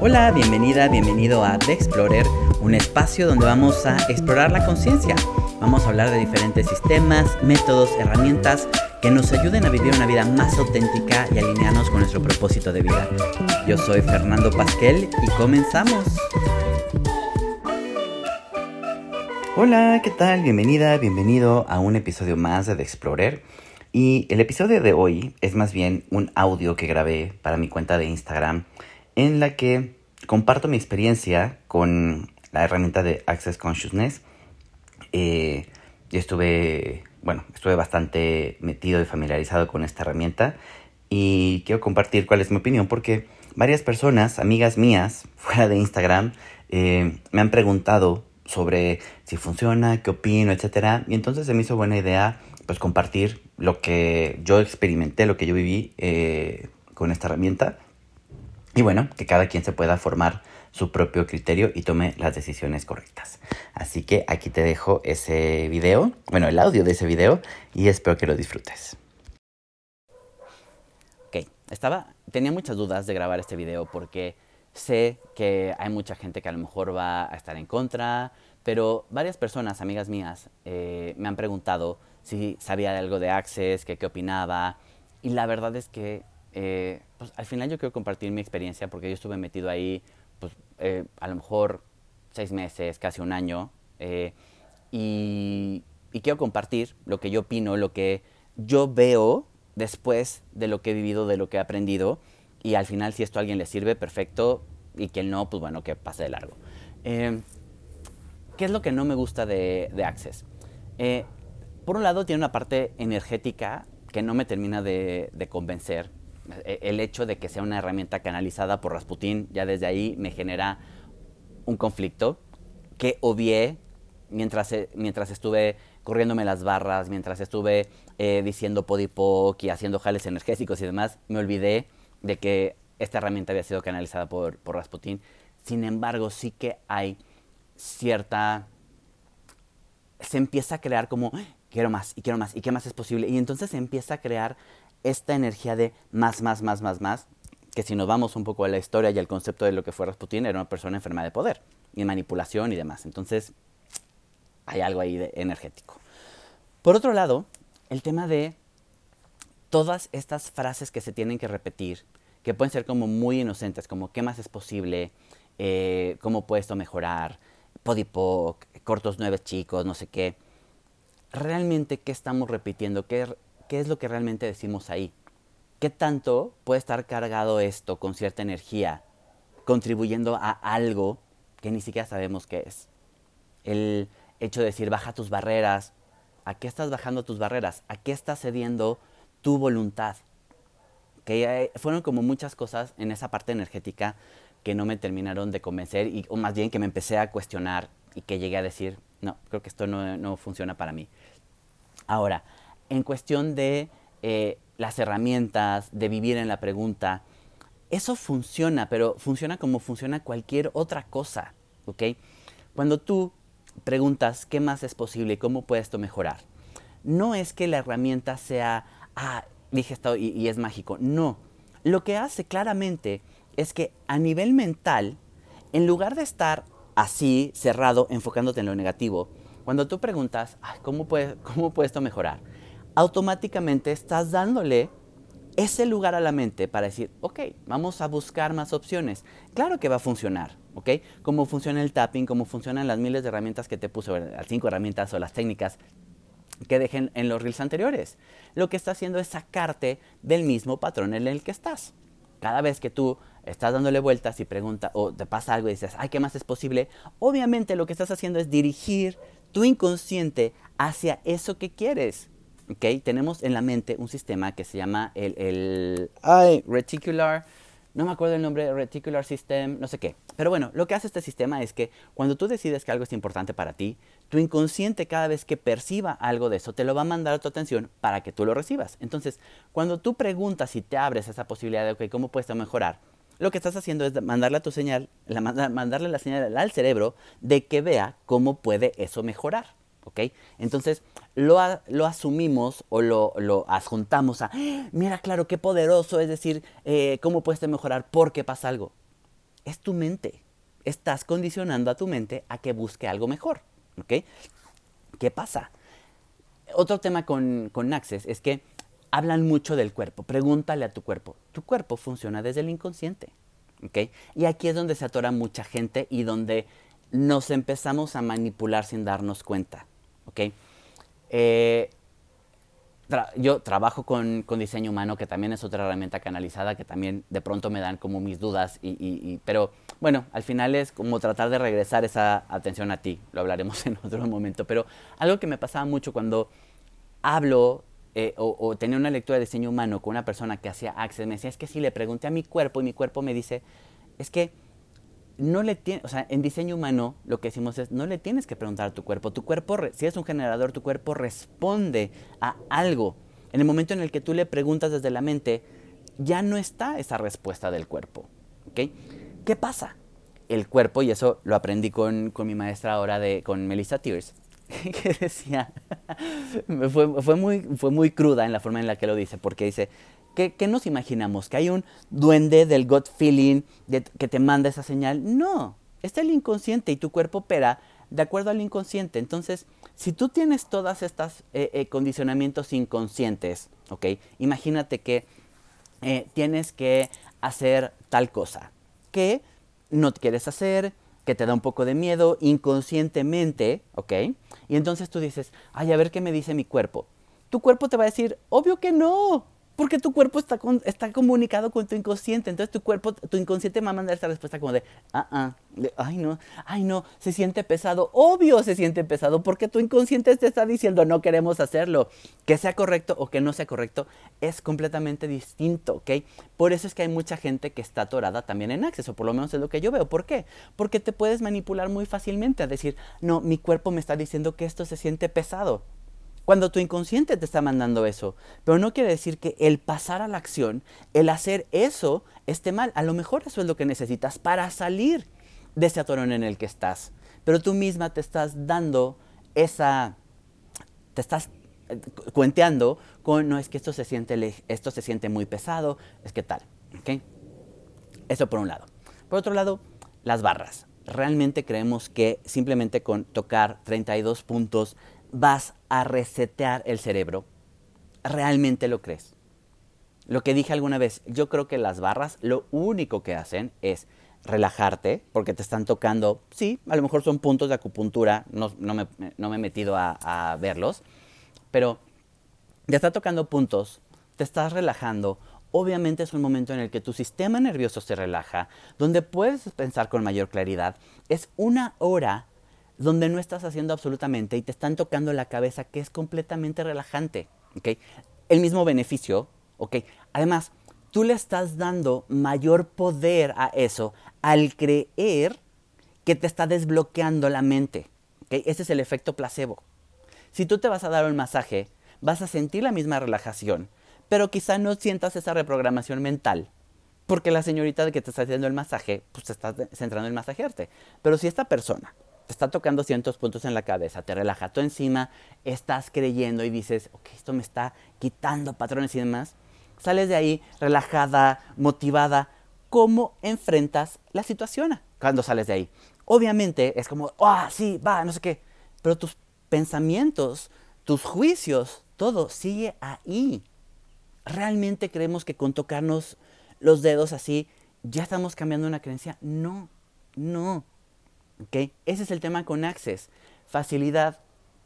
Hola, bienvenida, bienvenido a The Explorer, un espacio donde vamos a explorar la conciencia. Vamos a hablar de diferentes sistemas, métodos, herramientas que nos ayuden a vivir una vida más auténtica y alinearnos con nuestro propósito de vida. Yo soy Fernando Pasquel y comenzamos. Hola, ¿qué tal? Bienvenida, bienvenido a un episodio más de The Explorer. Y el episodio de hoy es más bien un audio que grabé para mi cuenta de Instagram en la que comparto mi experiencia con la herramienta de Access Consciousness. Yo estuve bastante metido y familiarizado con esta herramienta y quiero compartir cuál es mi opinión porque varias personas, amigas mías, fuera de Instagram, me han preguntado sobre si funciona, qué opino, etcétera. Y entonces se me hizo buena idea pues compartir lo que yo experimenté, lo que yo viví con esta herramienta. Y bueno, que cada quien se pueda formar su propio criterio y tome las decisiones correctas. Así que aquí te dejo ese video, el audio de ese video, y espero que lo disfrutes. Ok, tenía muchas dudas de grabar este video porque sé que hay mucha gente que a lo mejor va a estar en contra, pero varias personas, amigas mías, me han preguntado si sabía algo de Access, qué opinaba, y la verdad es que pues al final yo quiero compartir mi experiencia porque yo estuve metido ahí pues, a lo mejor 6 meses, casi un año, y quiero compartir lo que yo opino, lo que yo veo después de lo que he vivido, de lo que he aprendido, y al final si esto a alguien le sirve, perfecto, y que no, pues bueno, que pase de largo. ¿Qué es lo que no me gusta de Access? Por un lado tiene una parte energética que no me termina de convencer. El hecho de que sea una herramienta canalizada por Rasputin ya desde ahí me genera un conflicto que obvié mientras estuve corriéndome las barras, mientras estuve diciendo podipoc y haciendo jales energéticos y demás. Me olvidé de que esta herramienta había sido canalizada por Rasputin. Sin embargo, sí que hay cierta... Se empieza a crear como quiero más y quiero más y qué más es posible. Y entonces se empieza a crear esta energía de más, que si nos vamos un poco a la historia y al concepto de lo que fue Rasputin, era una persona enferma de poder y manipulación y demás. Entonces hay algo ahí de energético. Por otro lado, el tema de todas estas frases que se tienen que repetir, que pueden ser como muy inocentes, como qué más es posible, cómo puede esto mejorar, podipoc, cortos 9 chicos, no sé qué. Realmente, ¿qué estamos repitiendo? ¿Qué es lo que realmente decimos ahí? ¿Qué tanto puede estar cargado esto con cierta energía, contribuyendo a algo que ni siquiera sabemos qué es? El hecho de decir, baja tus barreras. ¿A qué estás bajando tus barreras? ¿A qué estás cediendo tu voluntad? Que fueron como muchas cosas en esa parte energética que no me terminaron de convencer, o más bien que me empecé a cuestionar y que llegué a decir, no, creo que esto no funciona para mí. Ahora, en cuestión de las herramientas, de vivir en la pregunta, eso funciona, pero funciona como funciona cualquier otra cosa, ¿ok? Cuando tú preguntas qué más es posible y cómo puede esto mejorar, no es que la herramienta sea, dije esto y es mágico. No. Lo que hace claramente es que a nivel mental, en lugar de estar así, cerrado, enfocándote en lo negativo, cuando tú preguntas, ¿cómo puede esto mejorar? Automáticamente estás dándole ese lugar a la mente para decir, ok, vamos a buscar más opciones. Claro que va a funcionar, ¿ok? Cómo funciona el tapping, cómo funcionan las miles de herramientas que te puse, las 5 herramientas o las técnicas que dejen en los reels anteriores. Lo que está haciendo es sacarte del mismo patrón en el que estás. Cada vez que tú estás dándole vueltas y preguntas o te pasa algo y dices, ¿qué más es posible? Obviamente lo que estás haciendo es dirigir tu inconsciente hacia eso que quieres. ¿Okay? Tenemos en la mente un sistema que se llama el reticular, no me acuerdo el nombre, reticular system, no sé qué. Pero bueno, lo que hace este sistema es que cuando tú decides que algo es importante para ti, tu inconsciente cada vez que perciba algo de eso te lo va a mandar a tu atención para que tú lo recibas. Entonces, cuando tú preguntas y te abres a esa posibilidad de, ok, ¿cómo puedes mejorar? Lo que estás haciendo es mandarle mandarle la señal al cerebro de que vea cómo puede eso mejorar. ¿Ok? Entonces lo asumimos o lo adjuntamos a, mira, claro, qué poderoso, es decir, cómo puedes mejorar porque pasa algo. es tu mente. Estás condicionando a tu mente a que busque algo mejor. ¿Ok? ¿Qué pasa? Otro tema con Access es que hablan mucho del cuerpo. Pregúntale a tu cuerpo. Tu cuerpo funciona desde el inconsciente. ¿Ok? Y aquí es donde se atora mucha gente y donde nos empezamos a manipular sin darnos cuenta. ¿Ok? Eh, yo trabajo con diseño humano, que también es otra herramienta canalizada, que también de pronto me dan como mis dudas, pero bueno, al final es como tratar de regresar esa atención a ti, lo hablaremos en otro momento, pero algo que me pasaba mucho cuando hablo o tenía una lectura de diseño humano con una persona que hacía Access, me decía, es que si le pregunté a mi cuerpo y mi cuerpo me dice, es que no le tiene, o sea, en diseño humano lo que decimos es, no le tienes que preguntar a tu cuerpo. Tu cuerpo, si es un generador, tu cuerpo responde a algo. En el momento en el que tú le preguntas desde la mente, ya no está esa respuesta del cuerpo. ¿Ok? ¿Qué pasa? El cuerpo, y eso lo aprendí con mi maestra ahora, con Melissa Tears, que decía, fue muy cruda en la forma en la que lo dice, porque dice, ¿qué nos imaginamos? ¿Que hay un duende del gut feeling que te manda esa señal? No, está el inconsciente y tu cuerpo opera de acuerdo al inconsciente. Entonces, si tú tienes todas estas condicionamientos inconscientes, ¿ok? Imagínate que tienes que hacer tal cosa que no quieres hacer, que te da un poco de miedo inconscientemente, ¿ok? Y entonces tú dices, ay, a ver qué me dice mi cuerpo. Tu cuerpo te va a decir, obvio que no, porque tu cuerpo está comunicado con tu inconsciente. Entonces tu inconsciente va a mandar esta respuesta como de, ay no, se siente pesado. Obvio se siente pesado, porque tu inconsciente te está diciendo, no queremos hacerlo. Que sea correcto o que no sea correcto es completamente distinto, ¿ok? Por eso es que hay mucha gente que está atorada también en Access, o por lo menos es lo que yo veo. ¿Por qué? Porque te puedes manipular muy fácilmente a decir, no, mi cuerpo me está diciendo que esto se siente pesado, cuando tu inconsciente te está mandando eso. Pero no quiere decir que el pasar a la acción, el hacer eso, esté mal. A lo mejor eso es lo que necesitas para salir de ese atorón en el que estás. Pero tú misma te estás dando te estás cuenteando con, no, es que esto se siente muy pesado, es que tal. ¿Ok? Eso por un lado. Por otro lado, las barras. ¿Realmente creemos que simplemente con tocar 32 puntos vas a resetear el cerebro? ¿Realmente lo crees? Lo que dije alguna vez, yo creo que las barras lo único que hacen es relajarte, porque te están tocando, sí, a lo mejor son puntos de acupuntura, no me he metido a verlos, pero te está tocando puntos, te estás relajando. Obviamente es un momento en el que tu sistema nervioso se relaja, donde puedes pensar con mayor claridad. Es una hora donde no estás haciendo absolutamente y te están tocando la cabeza, que es completamente relajante. ¿Okay? El mismo beneficio. ¿Okay? Además, tú le estás dando mayor poder a eso al creer que te está desbloqueando la mente. ¿Okay? Ese es el efecto placebo. Si tú te vas a dar un masaje, vas a sentir la misma relajación, pero quizá no sientas esa reprogramación mental, porque la señorita que te está haciendo el masaje, pues te está centrando en masajearte. Pero si esta persona te está tocando cientos puntos en la cabeza, te relaja tú encima, estás creyendo y dices, ok, esto me está quitando patrones y demás, sales de ahí relajada, motivada. ¿Cómo enfrentas la situación cuando sales de ahí? Obviamente es como, sí, va, no sé qué, pero tus pensamientos, tus juicios, todo sigue ahí. ¿Realmente creemos que con tocarnos los dedos así ya estamos cambiando una creencia? No, no. ¿Okay? Ese es el tema con Access. Facilidad.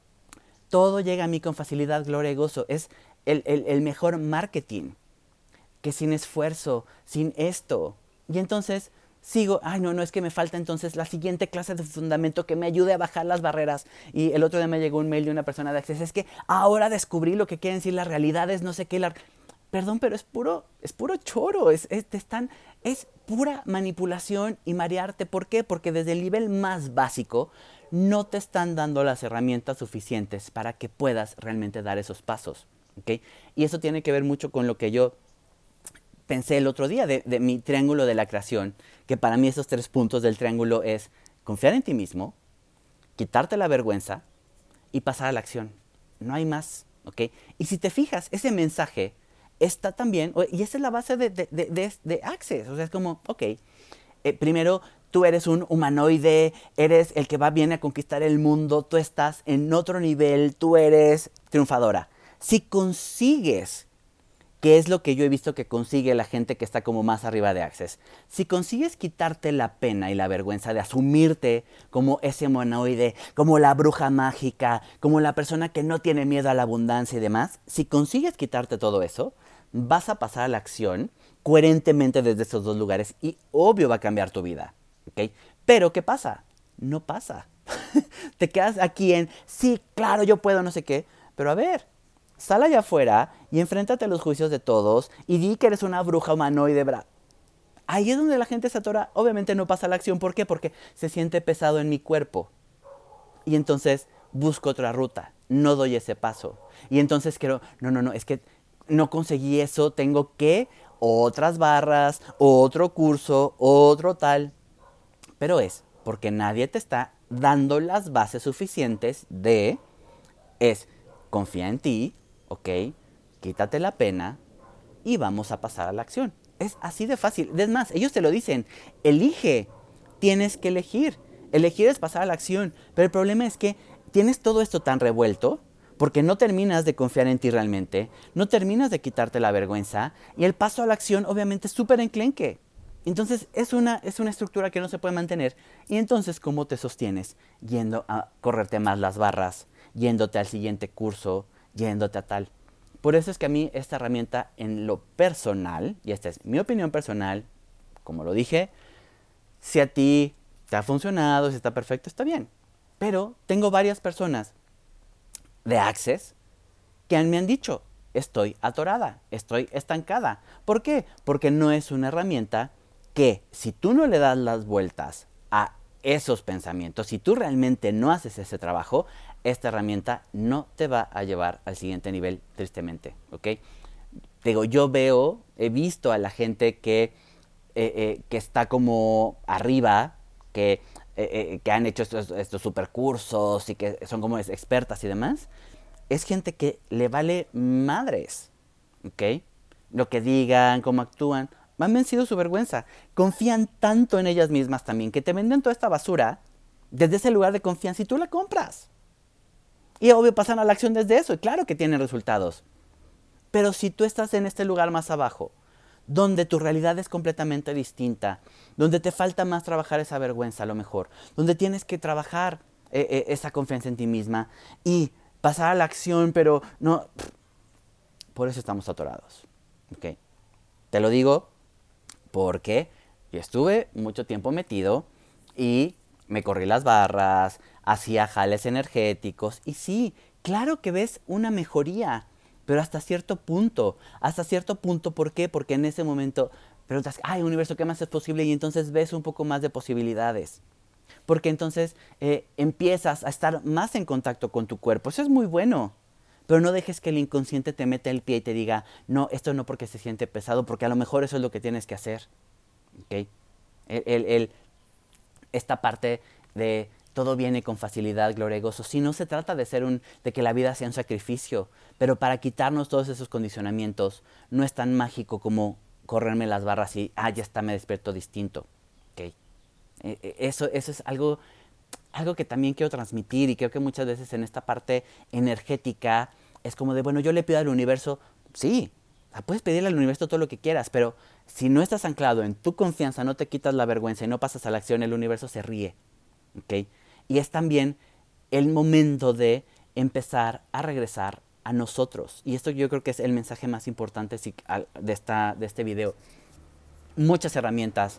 Todo llega a mí con facilidad, gloria y gozo. Es el mejor marketing. Que sin esfuerzo, sin esto. Y entonces sigo, no, es que me falta entonces la siguiente clase de fundamento que me ayude a bajar las barreras. Y el otro día me llegó un mail de una persona de Access, es que ahora descubrí lo que quieren decir las realidades, no sé qué. Perdón, pero es puro choro, es pura manipulación y marearte. ¿Por qué? Porque desde el nivel más básico no te están dando las herramientas suficientes para que puedas realmente dar esos pasos. ¿Okay? Y eso tiene que ver mucho con lo que yo pensé el otro día de mi triángulo de la creación, que para mí esos 3 puntos del triángulo es confiar en ti mismo, quitarte la vergüenza y pasar a la acción. No hay más. ¿Okay? Y si te fijas, ese mensaje está también, y esa es la base de Access, o sea, es como, ok, Primero, tú eres un humanoide, eres el que viene a conquistar el mundo, tú estás en otro nivel, tú eres triunfadora. Si consigues, que es lo que yo he visto que consigue la gente que está como más arriba de Access, si consigues quitarte la pena y la vergüenza de asumirte como ese humanoide, como la bruja mágica, como la persona que no tiene miedo a la abundancia y demás, si consigues quitarte todo eso, vas a pasar a la acción coherentemente desde esos dos lugares y obvio va a cambiar tu vida. ¿Ok? Pero ¿qué pasa? No pasa. Te quedas aquí en, sí, claro, yo puedo, no sé qué, pero a ver, sal allá afuera y enfréntate a los juicios de todos y di que eres una bruja humanoide. Ahí es donde la gente se atora. Obviamente no pasa la acción. ¿Por qué? Porque se siente pesado en mi cuerpo. Y entonces busco otra ruta. No doy ese paso. Y entonces quiero, no, es que no conseguí eso. Tengo que otras barras, otro curso, otro tal. Pero es porque nadie te está dando las bases suficientes de, es, confía en ti, ¿ok? Quítate la pena y vamos a pasar a la acción. Es así de fácil. Es más, ellos te lo dicen, elige, tienes que elegir. Elegir es pasar a la acción. Pero el problema es que tienes todo esto tan revuelto porque no terminas de confiar en ti realmente, no terminas de quitarte la vergüenza y el paso a la acción obviamente es súper enclenque. Entonces es una estructura que no se puede mantener. Y entonces, ¿cómo te sostienes? Yendo a correrte más las barras, yéndote al siguiente curso, yéndote a tal. Por eso es que a mí esta herramienta en lo personal, y esta es mi opinión personal, como lo dije, si a ti te ha funcionado, si está perfecto, está bien. Pero tengo varias personas de Access que me han dicho, estoy atorada, estoy estancada. ¿Por qué? Porque no es una herramienta que si tú no le das las vueltas a esos pensamientos, si tú realmente no haces ese trabajo, esta herramienta no te va a llevar al siguiente nivel, tristemente, ¿ok? Digo, he visto a la gente que está como arriba, que han hecho estos supercursos y que son como expertas y demás, es gente que le vale madres, ¿ok? Lo que digan, cómo actúan, han vencido su vergüenza. Confían tanto en ellas mismas también que te venden toda esta basura desde ese lugar de confianza y tú la compras. Y obvio pasan a la acción desde eso y claro que tienen resultados. Pero si tú estás en este lugar más abajo, donde tu realidad es completamente distinta, donde te falta más trabajar esa vergüenza a lo mejor, donde tienes que trabajar esa confianza en ti misma y pasar a la acción, pero no, por eso estamos atorados. ¿Okay? Te lo digo porque yo estuve mucho tiempo metido y me corrí las barras, hacía jales energéticos y sí, claro que ves una mejoría, pero hasta cierto punto. Hasta cierto punto, ¿por qué? Porque en ese momento preguntas, ay, universo, ¿qué más es posible? Y entonces ves un poco más de posibilidades. Porque entonces empiezas a estar más en contacto con tu cuerpo. Eso es muy bueno. Pero no dejes que el inconsciente te meta el pie y te diga, no, esto no porque se siente pesado, porque a lo mejor eso es lo que tienes que hacer. ¿Okay? Esta parte de todo viene con facilidad, gloria y gozo. Si no se trata de que la vida sea un sacrificio, pero para quitarnos todos esos condicionamientos no es tan mágico como correrme las barras y, ya está, me despierto distinto. ¿Okay? Eso es algo que también quiero transmitir y creo que muchas veces en esta parte energética es como de, bueno, yo le pido al universo, sí, puedes pedirle al universo todo lo que quieras, pero si no estás anclado en tu confianza, no te quitas la vergüenza y no pasas a la acción, el universo se ríe. ¿Okay? Y es también el momento de empezar a regresar a nosotros. Y esto yo creo que es el mensaje más importante de este video. Muchas herramientas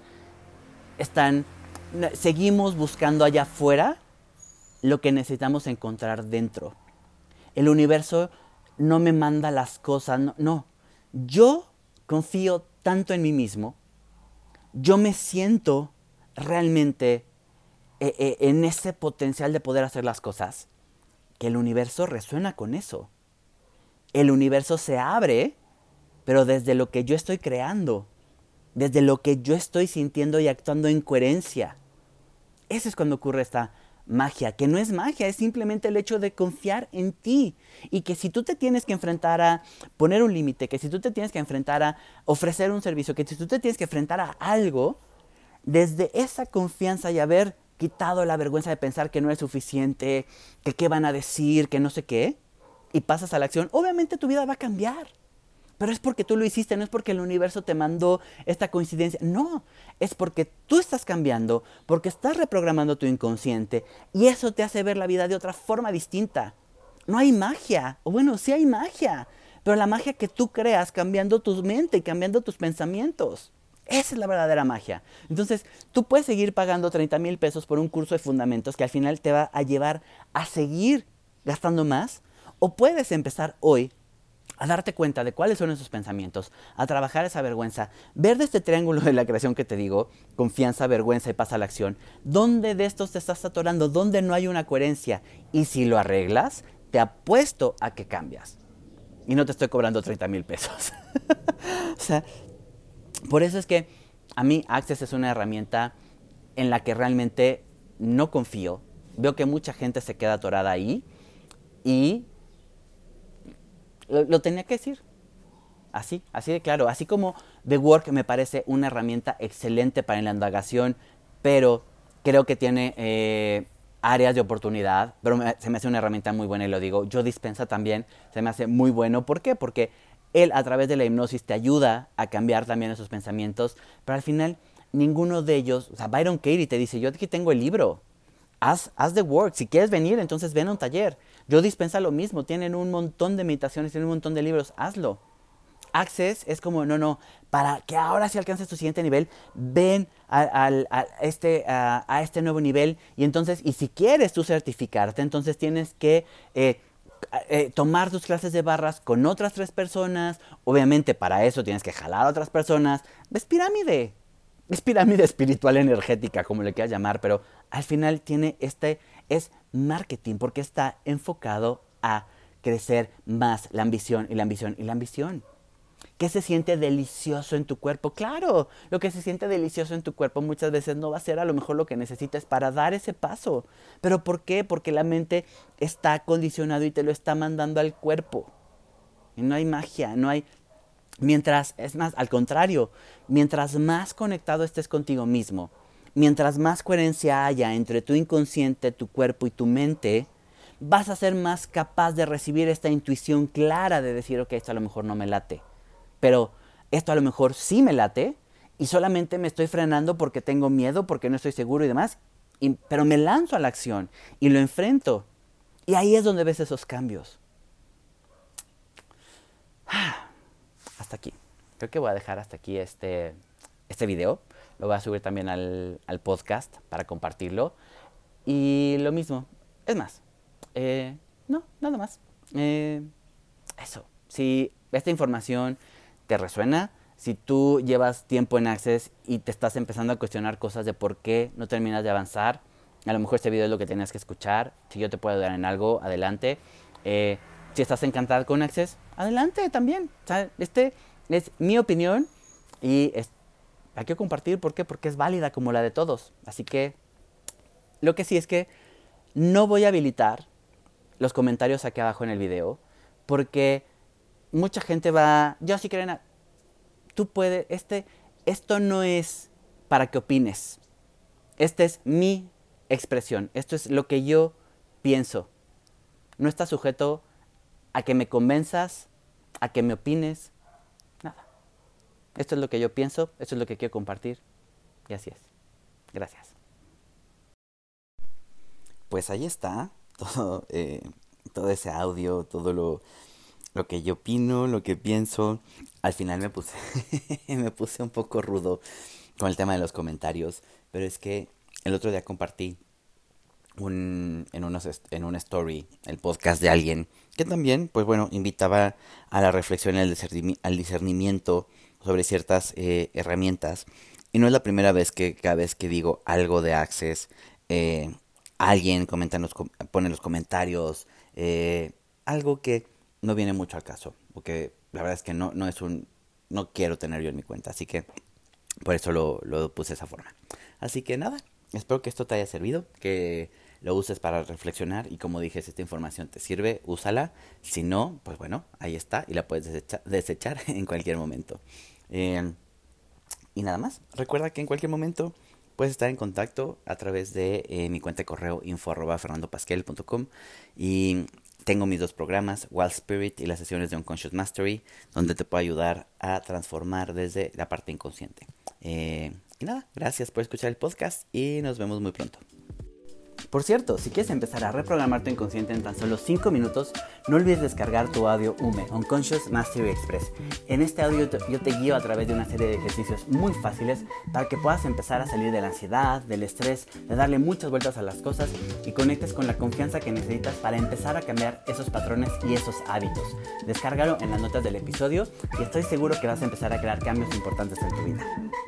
seguimos buscando allá afuera lo que necesitamos encontrar dentro. El universo no me manda las cosas, no. Yo confío tanto en mí mismo, yo me siento realmente en ese potencial de poder hacer las cosas, que el universo resuena con eso. El universo se abre, pero desde lo que yo estoy creando, desde lo que yo estoy sintiendo y actuando en coherencia. Eso es cuando ocurre esta magia, que no es magia, es simplemente el hecho de confiar en ti. Y que si tú te tienes que enfrentar a poner un límite, que si tú te tienes que enfrentar a ofrecer un servicio, que si tú te tienes que enfrentar a algo, desde esa confianza y haber quitado la vergüenza de pensar que no es suficiente, que qué van a decir, que no sé qué, y pasas a la acción, obviamente tu vida va a cambiar. Pero es porque tú lo hiciste, no es porque el universo te mandó esta coincidencia. No, es porque tú estás cambiando, porque estás reprogramando tu inconsciente y eso te hace ver la vida de otra forma distinta. No hay magia, o bueno, sí hay magia, pero la magia que tú creas cambiando tu mente y cambiando tus pensamientos. Esa es la verdadera magia. Entonces, tú puedes seguir pagando 30,000 pesos por un curso de fundamentos que al final te va a llevar a seguir gastando más, o puedes empezar hoy a darte cuenta de cuáles son esos pensamientos, a trabajar esa vergüenza, ver de este triángulo de la creación que te digo, confianza, vergüenza y pasa a la acción, dónde de estos te estás atorando, dónde no hay una coherencia. Y si lo arreglas, te apuesto a que cambias. Y no te estoy cobrando 30,000 pesos. O sea, por eso es que a mí Access es una herramienta en la que realmente no confío. Veo que mucha gente se queda atorada ahí y lo tenía que decir. Así de claro. Así como The Work me parece una herramienta excelente para la indagación, pero creo que tiene áreas de oportunidad, pero se me hace una herramienta muy buena y lo digo. Joe Dispenza también se me hace muy bueno. ¿Por qué? Porque él a través de la hipnosis te ayuda a cambiar también esos pensamientos, pero al final ninguno de ellos, o sea, Byron Katie te dice, yo aquí tengo el libro, haz the work. Si quieres venir, entonces ven a un taller. Yo Dispensa lo mismo. Tienen un montón de meditaciones, tienen un montón de libros. Hazlo. Access es como, no, para que ahora sí alcances tu siguiente nivel, ven a este nuevo nivel. Y entonces, y si quieres tú certificarte, entonces tienes que tomar tus clases de barras con otras 3 personas. Obviamente para eso tienes que jalar a otras personas. Es pirámide. Es pirámide espiritual energética, como le quieras llamar, pero al final es marketing, porque está enfocado a crecer más la ambición y la ambición y la ambición. ¿Qué se siente delicioso en tu cuerpo? Claro, lo que se siente delicioso en tu cuerpo muchas veces no va a ser a lo mejor lo que necesitas para dar ese paso. ¿Pero por qué? Porque la mente está condicionado y te lo está mandando al cuerpo. Y no hay magia, no hay... Mientras, es más, al contrario, mientras más conectado estés contigo mismo, mientras más coherencia haya entre tu inconsciente, tu cuerpo y tu mente, vas a ser más capaz de recibir esta intuición clara de decir, ok, esto a lo mejor no me late, pero esto a lo mejor sí me late y solamente me estoy frenando porque tengo miedo, porque no estoy seguro y demás, pero me lanzo a la acción y lo enfrento. Y ahí es donde ves esos cambios. Hasta aquí. Creo que voy a dejar hasta aquí este video. Lo voy a subir también al podcast para compartirlo. Y lo mismo. Es más. No, nada más. Eso. Si esta información te resuena, si tú llevas tiempo en Access y te estás empezando a cuestionar cosas de por qué no terminas de avanzar, a lo mejor este video es lo que tenías que escuchar. Si yo te puedo ayudar en algo, adelante. Si estás encantada con Access, adelante también. O sea, es mi opinión y la quiero compartir. ¿Por qué? Porque es válida como la de todos. Así que lo que sí es que no voy a habilitar los comentarios aquí abajo en el video porque mucha gente va, yo sí creo en... Tú puedes, esto no es para que opines. Esta es mi expresión. Esto es lo que yo pienso. No está sujeto a que me convenzas, a que me opines, nada. Esto es lo que yo pienso, esto es lo que quiero compartir y así es. Gracias. Pues ahí está todo ese audio, todo lo que yo opino, lo que pienso. Al final me puse un poco rudo con el tema de los comentarios, pero es que el otro día compartí en una story el podcast de alguien que también, pues bueno, invitaba a la reflexión y al discernimiento sobre ciertas herramientas. Y no es la primera vez que cada vez que digo algo de Access, alguien pone en los comentarios algo que no viene mucho al caso, porque la verdad es que no quiero tener yo en mi cuenta, así que por eso lo puse de esa forma. Así que nada, espero que esto te haya servido, que lo uses para reflexionar y como dije, si esta información te sirve, úsala. Si no, pues bueno, ahí está y la puedes desechar en cualquier momento. Y nada más, recuerda que en cualquier momento puedes estar en contacto a través de mi cuenta de correo info@fernandopasquel.com y tengo mis 2 programas, Wild Spirit y las sesiones de Unconscious Mastery, donde te puedo ayudar a transformar desde la parte inconsciente. Y nada, gracias por escuchar el podcast y nos vemos muy pronto. Por cierto, si quieres empezar a reprogramar tu inconsciente en tan solo 5 minutos, no olvides descargar tu audio UME, Unconscious Mastery Express. En este audio yo te guío a través de una serie de ejercicios muy fáciles para que puedas empezar a salir de la ansiedad, del estrés, de darle muchas vueltas a las cosas y conectes con la confianza que necesitas para empezar a cambiar esos patrones y esos hábitos. Descárgalo en las notas del episodio y estoy seguro que vas a empezar a crear cambios importantes en tu vida.